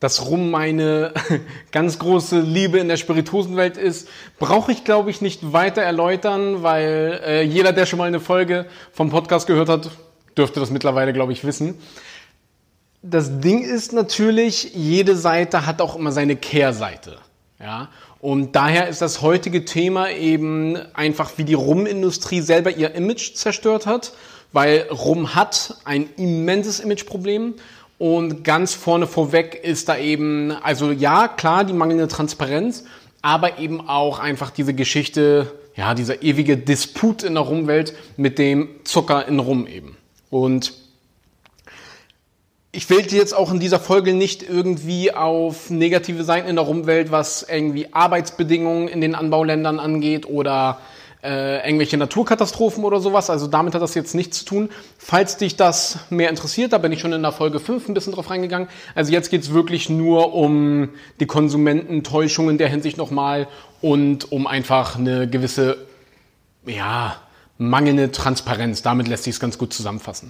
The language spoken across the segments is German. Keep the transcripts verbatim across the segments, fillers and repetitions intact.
dass Rum meine ganz große Liebe in der Spirituosenwelt ist, brauche ich, glaube ich, nicht weiter erläutern, weil äh, jeder, der schon mal eine Folge vom Podcast gehört hat, dürfte das mittlerweile, glaube ich, wissen. Das Ding ist natürlich, jede Seite hat auch immer seine Kehrseite. Ja? Und daher ist das heutige Thema eben einfach, wie die Rumindustrie selber ihr Image zerstört hat, weil Rum hat ein immenses Imageproblem. Und ganz vorne vorweg ist da eben, also ja, klar, die mangelnde Transparenz, aber eben auch einfach diese Geschichte, ja, dieser ewige Disput in der Rumwelt mit dem Zucker in Rum eben. Und ich will jetzt auch in dieser Folge nicht irgendwie auf negative Seiten in der Rumwelt, was irgendwie Arbeitsbedingungen in den Anbauländern angeht oder Äh, irgendwelche Naturkatastrophen oder sowas, also damit hat das jetzt nichts zu tun. Falls dich das mehr interessiert, da bin ich schon in der Folge fünf ein bisschen drauf reingegangen. Also jetzt geht's wirklich nur um die Konsumententäuschung in der Hinsicht nochmal und um einfach eine gewisse, ja, mangelnde Transparenz. Damit lässt sich es ganz gut zusammenfassen.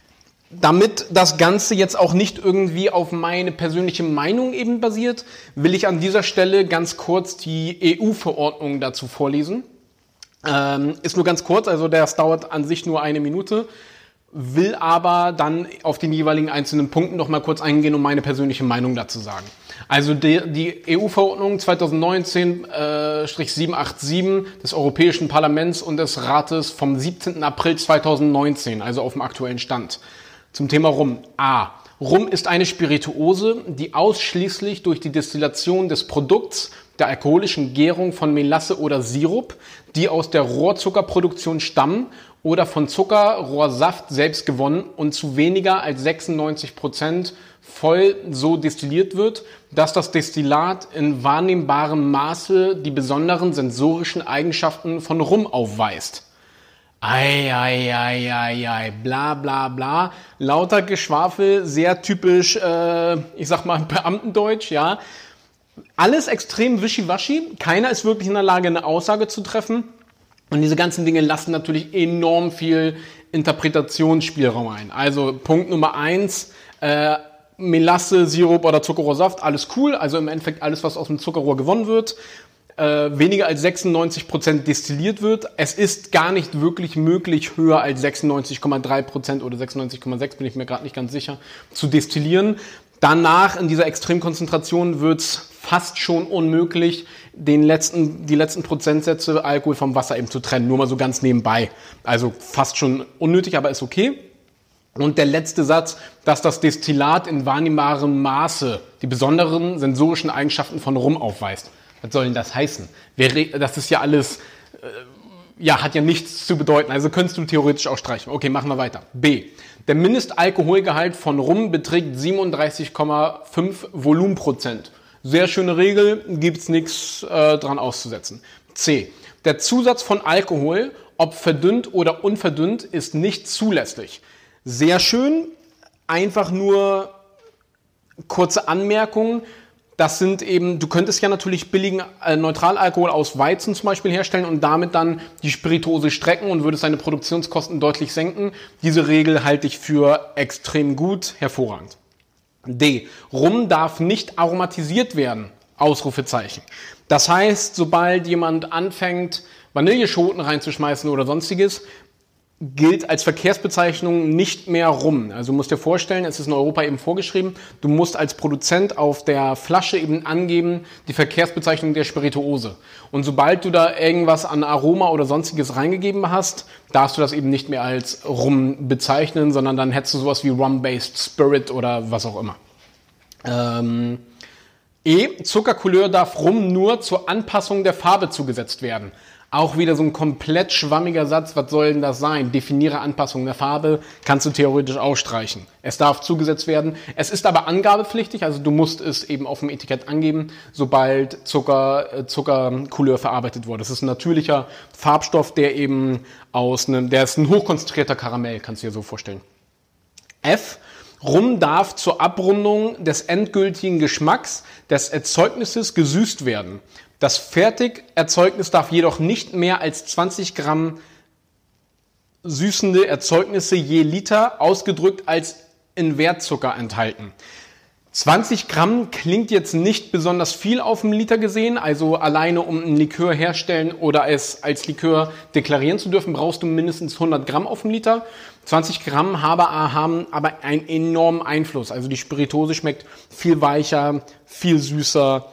Damit das Ganze jetzt auch nicht irgendwie auf meine persönliche Meinung eben basiert, will ich an dieser Stelle ganz kurz die E U-Verordnung dazu vorlesen. Ähm, ist nur ganz kurz, also das dauert an sich nur eine Minute, will aber dann auf den jeweiligen einzelnen Punkten noch mal kurz eingehen, um meine persönliche Meinung dazu sagen. Also die, die E U-Verordnung zwanzig neunzehn siebenhundertsiebenundachtzig des Europäischen Parlaments und des Rates vom siebzehnten April zweitausendneunzehn, also auf dem aktuellen Stand. Zum Thema Rum. A. Rum ist eine Spirituose, die ausschließlich durch die Destillation des Produkts der alkoholischen Gärung von Melasse oder Sirup, die aus der Rohrzuckerproduktion stammen oder von Zuckerrohrsaft selbst gewonnen und zu weniger als sechsundneunzig Prozent voll so destilliert wird, dass das Destillat in wahrnehmbarem Maße die besonderen sensorischen Eigenschaften von Rum aufweist. Ei, ei, ei, ei, ei, bla, bla, bla. Lauter Geschwafel, sehr typisch, äh, ich sag mal, Beamtendeutsch, ja. Alles extrem wischiwaschi. Keiner ist wirklich in der Lage, eine Aussage zu treffen. Und diese ganzen Dinge lassen natürlich enorm viel Interpretationsspielraum ein. Also Punkt Nummer eins, äh, Melasse, Sirup oder Zuckerrohrsaft, alles cool. Also im Endeffekt alles, was aus dem Zuckerrohr gewonnen wird. Äh, weniger als sechsundneunzig Prozent destilliert wird. Es ist gar nicht wirklich möglich, höher als sechsundneunzig Komma drei Prozent oder sechsundneunzig Komma sechs, bin ich mir gerade nicht ganz sicher, zu destillieren. Danach, in dieser Extremkonzentration, wird es fast schon unmöglich, den letzten, die letzten Prozentsätze Alkohol vom Wasser eben zu trennen. Nur mal so ganz nebenbei. Also fast schon unnötig, aber ist okay. Und der letzte Satz, dass das Destillat in wahrnehmbarem Maße die besonderen sensorischen Eigenschaften von Rum aufweist. Was soll denn das heißen? Das ist ja alles, äh, ja, hat ja nichts zu bedeuten. Also könntest du theoretisch auch streichen. Okay, machen wir weiter. B. Der Mindestalkoholgehalt von Rum beträgt siebenunddreißig Komma fünf Volumenprozent. Sehr schöne Regel, gibt's nichts äh, dran auszusetzen. C. Der Zusatz von Alkohol, ob verdünnt oder unverdünnt, ist nicht zulässig. Sehr schön, einfach nur kurze Anmerkungen. Das sind eben, du könntest ja natürlich billigen äh, Neutralalkohol aus Weizen zum Beispiel herstellen und damit dann die Spirituose strecken und würdest deine Produktionskosten deutlich senken. Diese Regel halte ich für extrem gut, hervorragend. D. Rum darf nicht aromatisiert werden. Ausrufezeichen. Das heißt, sobald jemand anfängt, Vanilleschoten reinzuschmeißen oder sonstiges, gilt als Verkehrsbezeichnung nicht mehr Rum. Also du musst dir vorstellen, es ist in Europa eben vorgeschrieben, du musst als Produzent auf der Flasche eben angeben, die Verkehrsbezeichnung der Spirituose. Und sobald du da irgendwas an Aroma oder sonstiges reingegeben hast, darfst du das eben nicht mehr als Rum bezeichnen, sondern dann hättest du sowas wie Rum-Based Spirit oder was auch immer. Ähm, E. Zuckercouleur darf Rum nur zur Anpassung der Farbe zugesetzt werden. Auch wieder so ein komplett schwammiger Satz. Was soll denn das sein? Definiere Anpassung der Farbe. Kannst du theoretisch auch streichen. Es darf zugesetzt werden. Es ist aber angabepflichtig. Also du musst es eben auf dem Etikett angeben, sobald Zucker, Zuckercouleur verarbeitet wurde. Das ist ein natürlicher Farbstoff, der eben aus einem, der ist ein hochkonzentrierter Karamell, kannst du dir so vorstellen. F. Rum darf zur Abrundung des endgültigen Geschmacks des Erzeugnisses gesüßt werden. Das Fertigerzeugnis darf jedoch nicht mehr als zwanzig Gramm süßende Erzeugnisse je Liter, ausgedrückt als Invertzucker, enthalten. zwanzig Gramm klingt jetzt nicht besonders viel auf einen Liter gesehen, also alleine um einen Likör herstellen oder es als Likör deklarieren zu dürfen, brauchst du mindestens hundert Gramm auf einen Liter. zwanzig Gramm haben aber einen enormen Einfluss, also die Spirituose schmeckt viel weicher, viel süßer,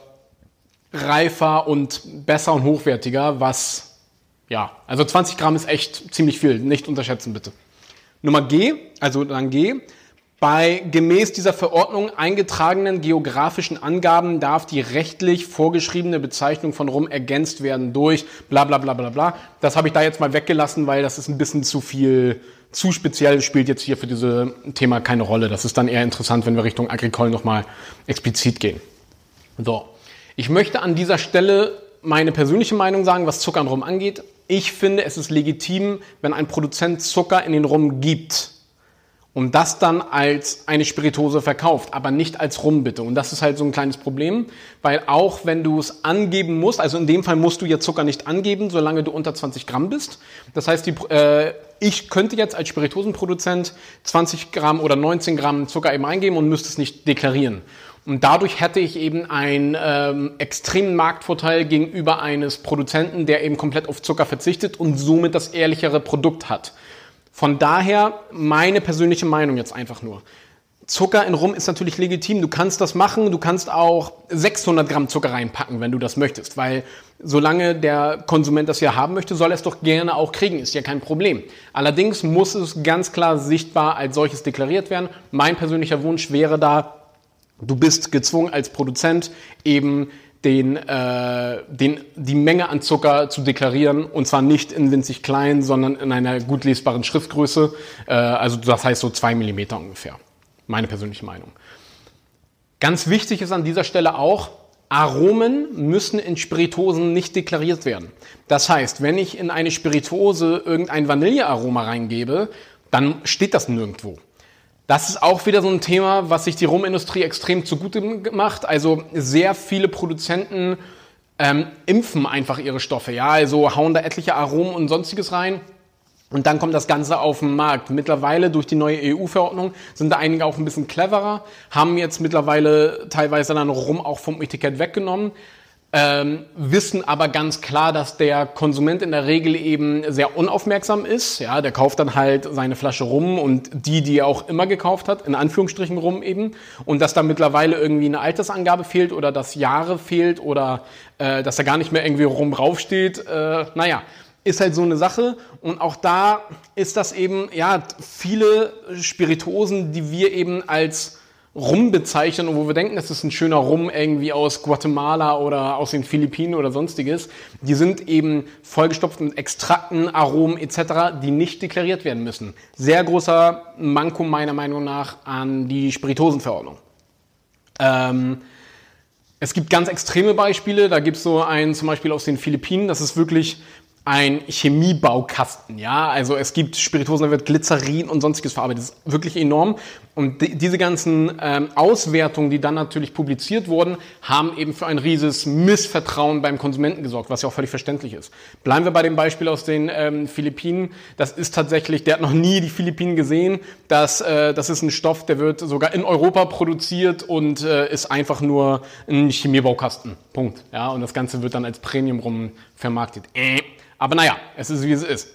reifer und besser und hochwertiger, was, ja, also zwanzig Gramm ist echt ziemlich viel, nicht unterschätzen bitte. Nummer G, also dann G. Bei gemäß dieser Verordnung eingetragenen geografischen Angaben darf die rechtlich vorgeschriebene Bezeichnung von Rum ergänzt werden durch bla bla bla bla bla. Das habe ich da jetzt mal weggelassen, weil das ist ein bisschen zu viel, zu speziell, spielt jetzt hier für dieses Thema keine Rolle. Das ist dann eher interessant, wenn wir Richtung Agricole nochmal explizit gehen. So, ich möchte an dieser Stelle meine persönliche Meinung sagen, was Zucker in Rum angeht. Ich finde, es ist legitim, wenn ein Produzent Zucker in den Rum gibt und das dann als eine Spirituose verkauft, aber nicht als Rum bitte. Und das ist halt so ein kleines Problem, weil auch wenn du es angeben musst, also in dem Fall musst du ja Zucker nicht angeben, solange du unter zwanzig Gramm bist. Das heißt, die, äh, ich könnte jetzt als Spirituosenproduzent zwanzig Gramm oder neunzehn Gramm Zucker eben eingeben und müsste es nicht deklarieren. Und dadurch hätte ich eben einen ähm, extremen Marktvorteil gegenüber eines Produzenten, der eben komplett auf Zucker verzichtet und somit das ehrlichere Produkt hat. Von daher meine persönliche Meinung jetzt einfach nur. Zucker in Rum ist natürlich legitim. Du kannst das machen. Du kannst auch sechshundert Gramm Zucker reinpacken, wenn du das möchtest. Weil solange der Konsument das ja haben möchte, soll er es doch gerne auch kriegen. Ist ja kein Problem. Allerdings muss es ganz klar sichtbar als solches deklariert werden. Mein persönlicher Wunsch wäre da, du bist gezwungen als Produzent eben Den, äh, den, die Menge an Zucker zu deklarieren und zwar nicht in winzig klein, sondern in einer gut lesbaren Schriftgröße, äh, also das heißt so zwei Millimeter ungefähr, meine persönliche Meinung. Ganz wichtig ist an dieser Stelle auch, Aromen müssen in Spirituosen nicht deklariert werden. Das heißt, wenn ich in eine Spirituose irgendein Vanillearoma reingebe, dann steht das nirgendwo. Das ist auch wieder so ein Thema, was sich die Rumindustrie extrem zugute macht. Also sehr viele Produzenten ähm, impfen einfach ihre Stoffe, ja, also hauen da etliche Aromen und Sonstiges rein und dann kommt das Ganze auf den Markt. Mittlerweile durch die neue E U-Verordnung sind da einige auch ein bisschen cleverer, haben jetzt mittlerweile teilweise dann Rum auch vom Etikett weggenommen. Ähm, wissen aber ganz klar, dass der Konsument in der Regel eben sehr unaufmerksam ist. Ja, der kauft dann halt seine Flasche Rum und die, die er auch immer gekauft hat, in Anführungsstrichen Rum eben. Und dass da mittlerweile irgendwie eine Altersangabe fehlt oder dass Jahre fehlt oder äh, dass da gar nicht mehr irgendwie Rum draufsteht. Äh, naja, ist halt so eine Sache. Und auch da ist das eben, ja, viele Spirituosen, die wir eben als Rum bezeichnen und wo wir denken, das ist ein schöner Rum irgendwie aus Guatemala oder aus den Philippinen oder sonstiges, die sind eben vollgestopft mit Extrakten, Aromen et cetera, die nicht deklariert werden müssen. Sehr großer Manko meiner Meinung nach an die Spirituosenverordnung. Ähm, es gibt ganz extreme Beispiele, da gibt es so einen zum Beispiel aus den Philippinen, das ist wirklich ein Chemiebaukasten, ja, also es gibt Spirituosen, da wird Glycerin und sonstiges verarbeitet, das ist wirklich enorm und die, diese ganzen ähm, Auswertungen, die dann natürlich publiziert wurden, haben eben für ein riesiges Missvertrauen beim Konsumenten gesorgt, was ja auch völlig verständlich ist. Bleiben wir bei dem Beispiel aus den ähm, Philippinen, das ist tatsächlich, der hat noch nie die Philippinen gesehen, das, äh, das ist ein Stoff, der wird sogar in Europa produziert und äh, ist einfach nur ein Chemiebaukasten, Punkt, ja, und das Ganze wird dann als Premium rum vermarktet. Äh. Aber naja, es ist wie es ist.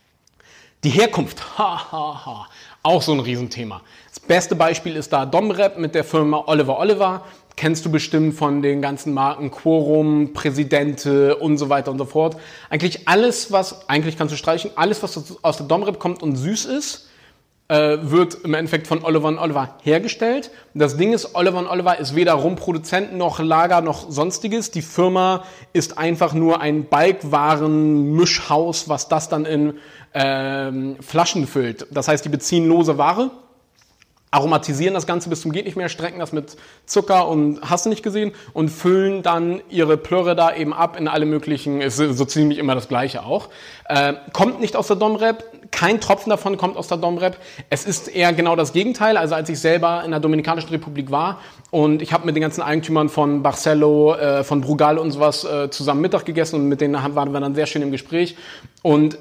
Die Herkunft, ha, ha, ha, auch so ein Riesenthema. Das beste Beispiel ist da Domrep mit der Firma Oliver Oliver. Kennst du bestimmt von den ganzen Marken Quorum, Presidente und so weiter und so fort. Eigentlich alles, was, eigentlich kannst du streichen, alles, was aus der Domrep kommt und süß ist, wird im Endeffekt von Oliver und Oliver hergestellt. Das Ding ist, Oliver und Oliver ist weder Rumproduzent noch Lager noch sonstiges. Die Firma ist einfach nur ein Balkwaren-Mischhaus, was das dann in ähm, Flaschen füllt. Das heißt, die beziehen lose Ware, aromatisieren das Ganze bis zum geht nicht mehr, strecken das mit Zucker und hast du nicht gesehen und füllen dann ihre Plörre da eben ab in alle möglichen, ist so ziemlich immer das Gleiche auch. Äh, kommt nicht aus der Domrep, kein Tropfen davon kommt aus der Domrep. Es ist eher genau das Gegenteil. Also als ich selber in der Dominikanischen Republik war und ich habe mit den ganzen Eigentümern von Barcelo, äh, von Brugal und sowas äh, zusammen Mittag gegessen und mit denen waren wir dann sehr schön im Gespräch und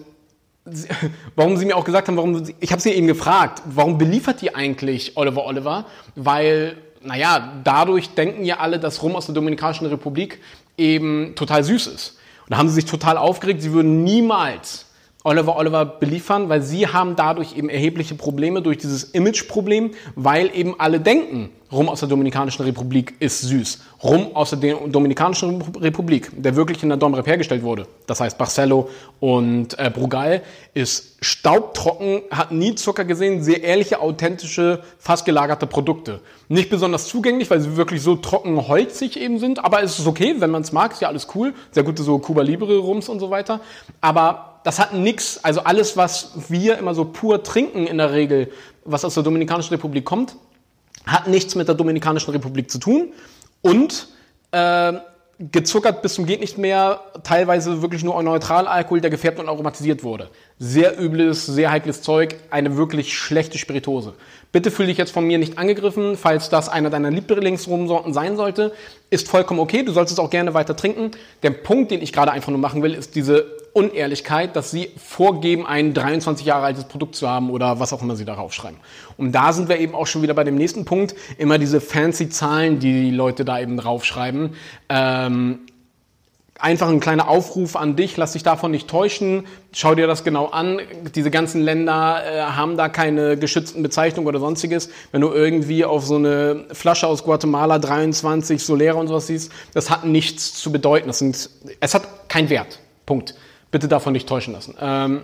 warum sie mir auch gesagt haben, warum sie, ich habe sie eben gefragt, warum beliefert die eigentlich Oliver Oliver? Weil naja, dadurch denken ja alle, dass Rum aus der Dominikanischen Republik eben total süß ist. Und da haben sie sich total aufgeregt, sie würden niemals Oliver Oliver beliefern, weil sie haben dadurch eben erhebliche Probleme durch dieses Image-Problem, weil eben alle denken, Rum aus der Dominikanischen Republik ist süß. Rum aus der Dominikanischen Republik, der wirklich in der Dom Rep hergestellt wurde, das heißt Barcelo und äh, Brugal, ist staubtrocken, hat nie Zucker gesehen, sehr ehrliche, authentische, fast gelagerte Produkte. Nicht besonders zugänglich, weil sie wirklich so trocken holzig eben sind, aber es ist okay, wenn man es mag, ist ja alles cool. Sehr gute so Cuba Libre Rums und so weiter. Aber das hat nix, also alles, was wir immer so pur trinken in der Regel, was aus der Dominikanischen Republik kommt, hat nichts mit der Dominikanischen Republik zu tun und äh, gezuckert bis zum geht nicht mehr, teilweise wirklich nur Neutralalkohol, der gefärbt und aromatisiert wurde. Sehr übles, sehr heikles Zeug, eine wirklich schlechte Spirituose. Bitte fühl dich jetzt von mir nicht angegriffen, falls das einer deiner Lieblingsrumsorten sein sollte. Ist vollkommen okay, du sollst es auch gerne weiter trinken. Der Punkt, den ich gerade einfach nur machen will, ist diese Unehrlichkeit, dass sie vorgeben, ein dreiundzwanzig Jahre altes Produkt zu haben oder was auch immer sie darauf schreiben. Und da sind wir eben auch schon wieder bei dem nächsten Punkt, immer diese fancy Zahlen, die die Leute da eben draufschreiben. Ähm, Einfach ein kleiner Aufruf an dich, lass dich davon nicht täuschen, schau dir das genau an. Diese ganzen Länder äh, haben da keine geschützten Bezeichnungen oder sonstiges. Wenn du irgendwie auf so eine Flasche aus Guatemala dreiundzwanzig Solera und sowas siehst, das hat nichts zu bedeuten. Das sind, es hat keinen Wert. Punkt. Bitte davon nicht täuschen lassen. Ähm,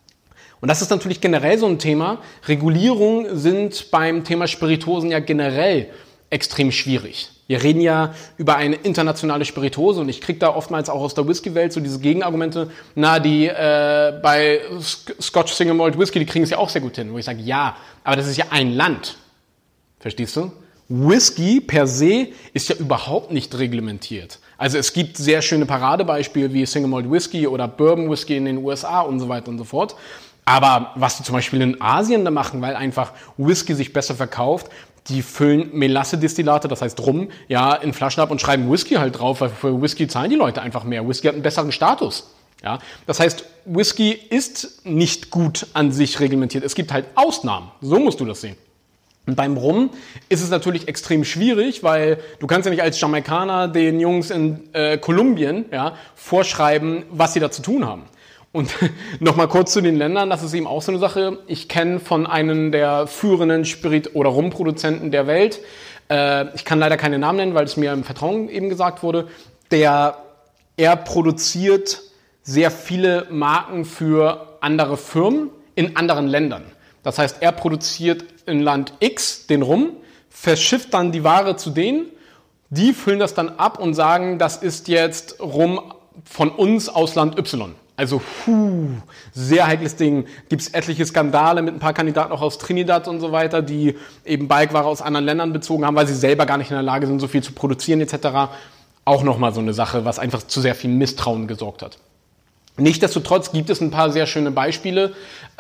und das ist natürlich generell so ein Thema. Regulierungen sind beim Thema Spirituosen ja generell extrem schwierig. Wir reden ja über eine internationale Spirituose und ich kriege da oftmals auch aus der Whisky-Welt so diese Gegenargumente, na, die äh, bei Scotch Single Malt Whisky, die kriegen es ja auch sehr gut hin. Wo ich sage, ja, aber das ist ja ein Land. Verstehst du? Whisky per se ist ja überhaupt nicht reglementiert. Also es gibt sehr schöne Paradebeispiele wie Single Malt Whisky oder Bourbon Whisky in den U S A und so weiter und so fort. Aber was die zum Beispiel in Asien da machen, weil einfach Whisky sich besser verkauft, die füllen Melasse-Destillate, das heißt Rum, ja, in Flaschen ab und schreiben Whisky halt drauf, weil für Whisky zahlen die Leute einfach mehr. Whisky hat einen besseren Status. Ja, das heißt, Whisky ist nicht gut an sich reglementiert. Es gibt halt Ausnahmen. So musst du das sehen. Und beim Rum ist es natürlich extrem schwierig, weil du kannst ja nicht als Jamaikaner den Jungs in äh, Kolumbien ja, vorschreiben, was sie da zu tun haben. Und nochmal kurz zu den Ländern, das ist eben auch so eine Sache. Ich kenne von einem der führenden Spirit- oder Rumproduzenten der Welt, äh, ich kann leider keine Namen nennen, weil es mir im Vertrauen eben gesagt wurde, der, er produziert sehr viele Marken für andere Firmen in anderen Ländern. Das heißt, er produziert in Land X den Rum, verschifft dann die Ware zu denen, die füllen das dann ab und sagen, das ist jetzt Rum von uns aus Land Y. Also, puh, sehr heikles Ding. Gibt es etliche Skandale mit ein paar Kandidaten auch aus Trinidad und so weiter, die eben Balkware aus anderen Ländern bezogen haben, weil sie selber gar nicht in der Lage sind, so viel zu produzieren et cetera. Auch nochmal so eine Sache, was einfach zu sehr viel Misstrauen gesorgt hat. Nichtsdestotrotz gibt es ein paar sehr schöne Beispiele,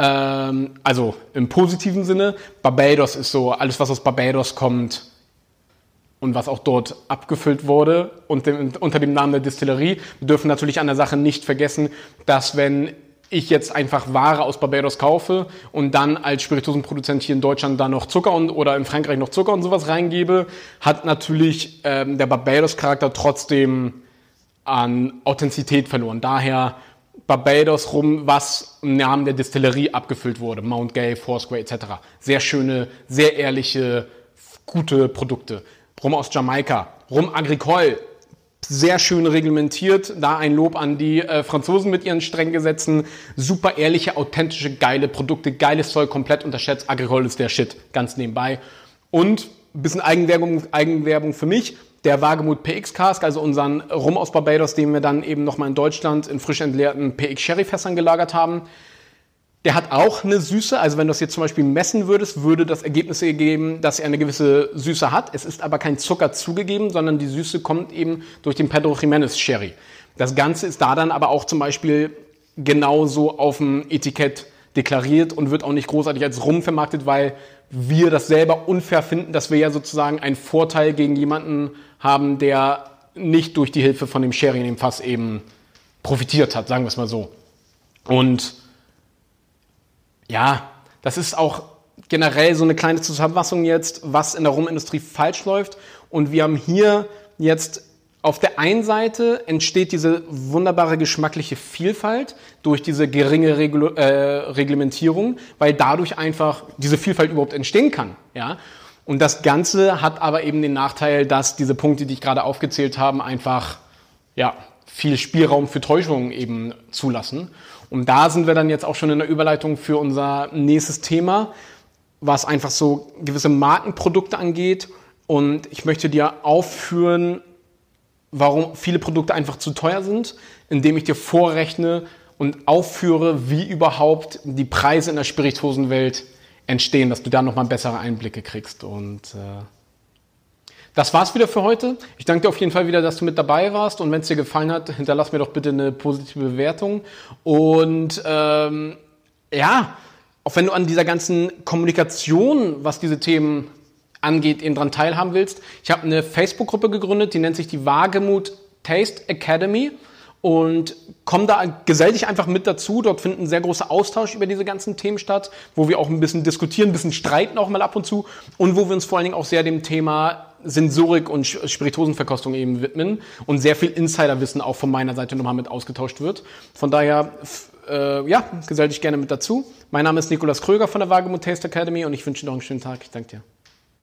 ähm, also im positiven Sinne. Barbados ist so, alles was aus Barbados kommt und was auch dort abgefüllt wurde und dem, unter dem Namen der Distillerie. Wir dürfen natürlich an der Sache nicht vergessen, dass wenn ich jetzt einfach Ware aus Barbados kaufe und dann als Spirituosenproduzent hier in Deutschland da noch Zucker und oder in Frankreich noch Zucker und sowas reingebe, hat natürlich ähm, der Barbados-Charakter trotzdem an Authentizität verloren. Daher Barbados Rum, was im Namen der Distillerie abgefüllt wurde. Mount Gay, Foursquare et cetera. Sehr schöne, sehr ehrliche, gute Produkte. Rum aus Jamaika, Rum Agricole, sehr schön reglementiert. Da ein Lob an die äh, Franzosen mit ihren strengen Gesetzen. Super ehrliche, authentische, geile Produkte, geiles Zeug, komplett unterschätzt. Agricole ist der Shit, ganz nebenbei. Und ein bisschen Eigenwerbung, Eigenwerbung für mich. Der Wagemut P X Cask, also unseren Rum aus Barbados, den wir dann eben nochmal in Deutschland in frisch entleerten P X Sherry Fässern gelagert haben. Der hat auch eine Süße, also wenn du das jetzt zum Beispiel messen würdest, würde das Ergebnis ergeben, dass er eine gewisse Süße hat. Es ist aber kein Zucker zugegeben, sondern die Süße kommt eben durch den Pedro Ximénez Sherry. Das Ganze ist da dann aber auch zum Beispiel genauso auf dem Etikett deklariert und wird auch nicht großartig als Rum vermarktet, weil wir das selber unfair finden, dass wir ja sozusagen einen Vorteil gegen jemanden haben, der nicht durch die Hilfe von dem Sherry in dem Fass eben profitiert hat, sagen wir es mal so. Und ja, das ist auch generell so eine kleine Zusammenfassung jetzt, was in der Rumindustrie falsch läuft. Und wir haben hier jetzt auf der einen Seite entsteht diese wunderbare geschmackliche Vielfalt durch diese geringe Regul- äh, Reglementierung, weil dadurch einfach diese Vielfalt überhaupt entstehen kann. Ja? Und das Ganze hat aber eben den Nachteil, dass diese Punkte, die ich gerade aufgezählt habe, einfach ja, viel Spielraum für Täuschungen eben zulassen. Und da sind wir dann jetzt auch schon in der Überleitung für unser nächstes Thema, was einfach so gewisse Markenprodukte angeht. Und ich möchte dir aufführen, warum viele Produkte einfach zu teuer sind, indem ich dir vorrechne und aufführe, wie überhaupt die Preise in der Spirituosenwelt entstehen, dass du da nochmal bessere Einblicke kriegst. Und äh, das war's wieder für heute. Ich danke dir auf jeden Fall wieder, dass du mit dabei warst. Und wenn es dir gefallen hat, hinterlass mir doch bitte eine positive Bewertung. Und ähm, ja, auch wenn du an dieser ganzen Kommunikation, was diese Themen angeht, eben dran teilhaben willst. Ich habe eine Facebook-Gruppe gegründet, die nennt sich die Wagemut Taste Academy und komm da, gesell dich einfach mit dazu. Dort findet ein sehr großer Austausch über diese ganzen Themen statt, wo wir auch ein bisschen diskutieren, ein bisschen streiten auch mal ab und zu und wo wir uns vor allen Dingen auch sehr dem Thema Sensorik und Spirituosenverkostung eben widmen und sehr viel Insiderwissen auch von meiner Seite nochmal mit ausgetauscht wird. Von daher, äh, ja, gesell dich gerne mit dazu. Mein Name ist Nikolas Kröger von der Wagemut Taste Academy und ich wünsche dir noch einen schönen Tag. Ich danke dir.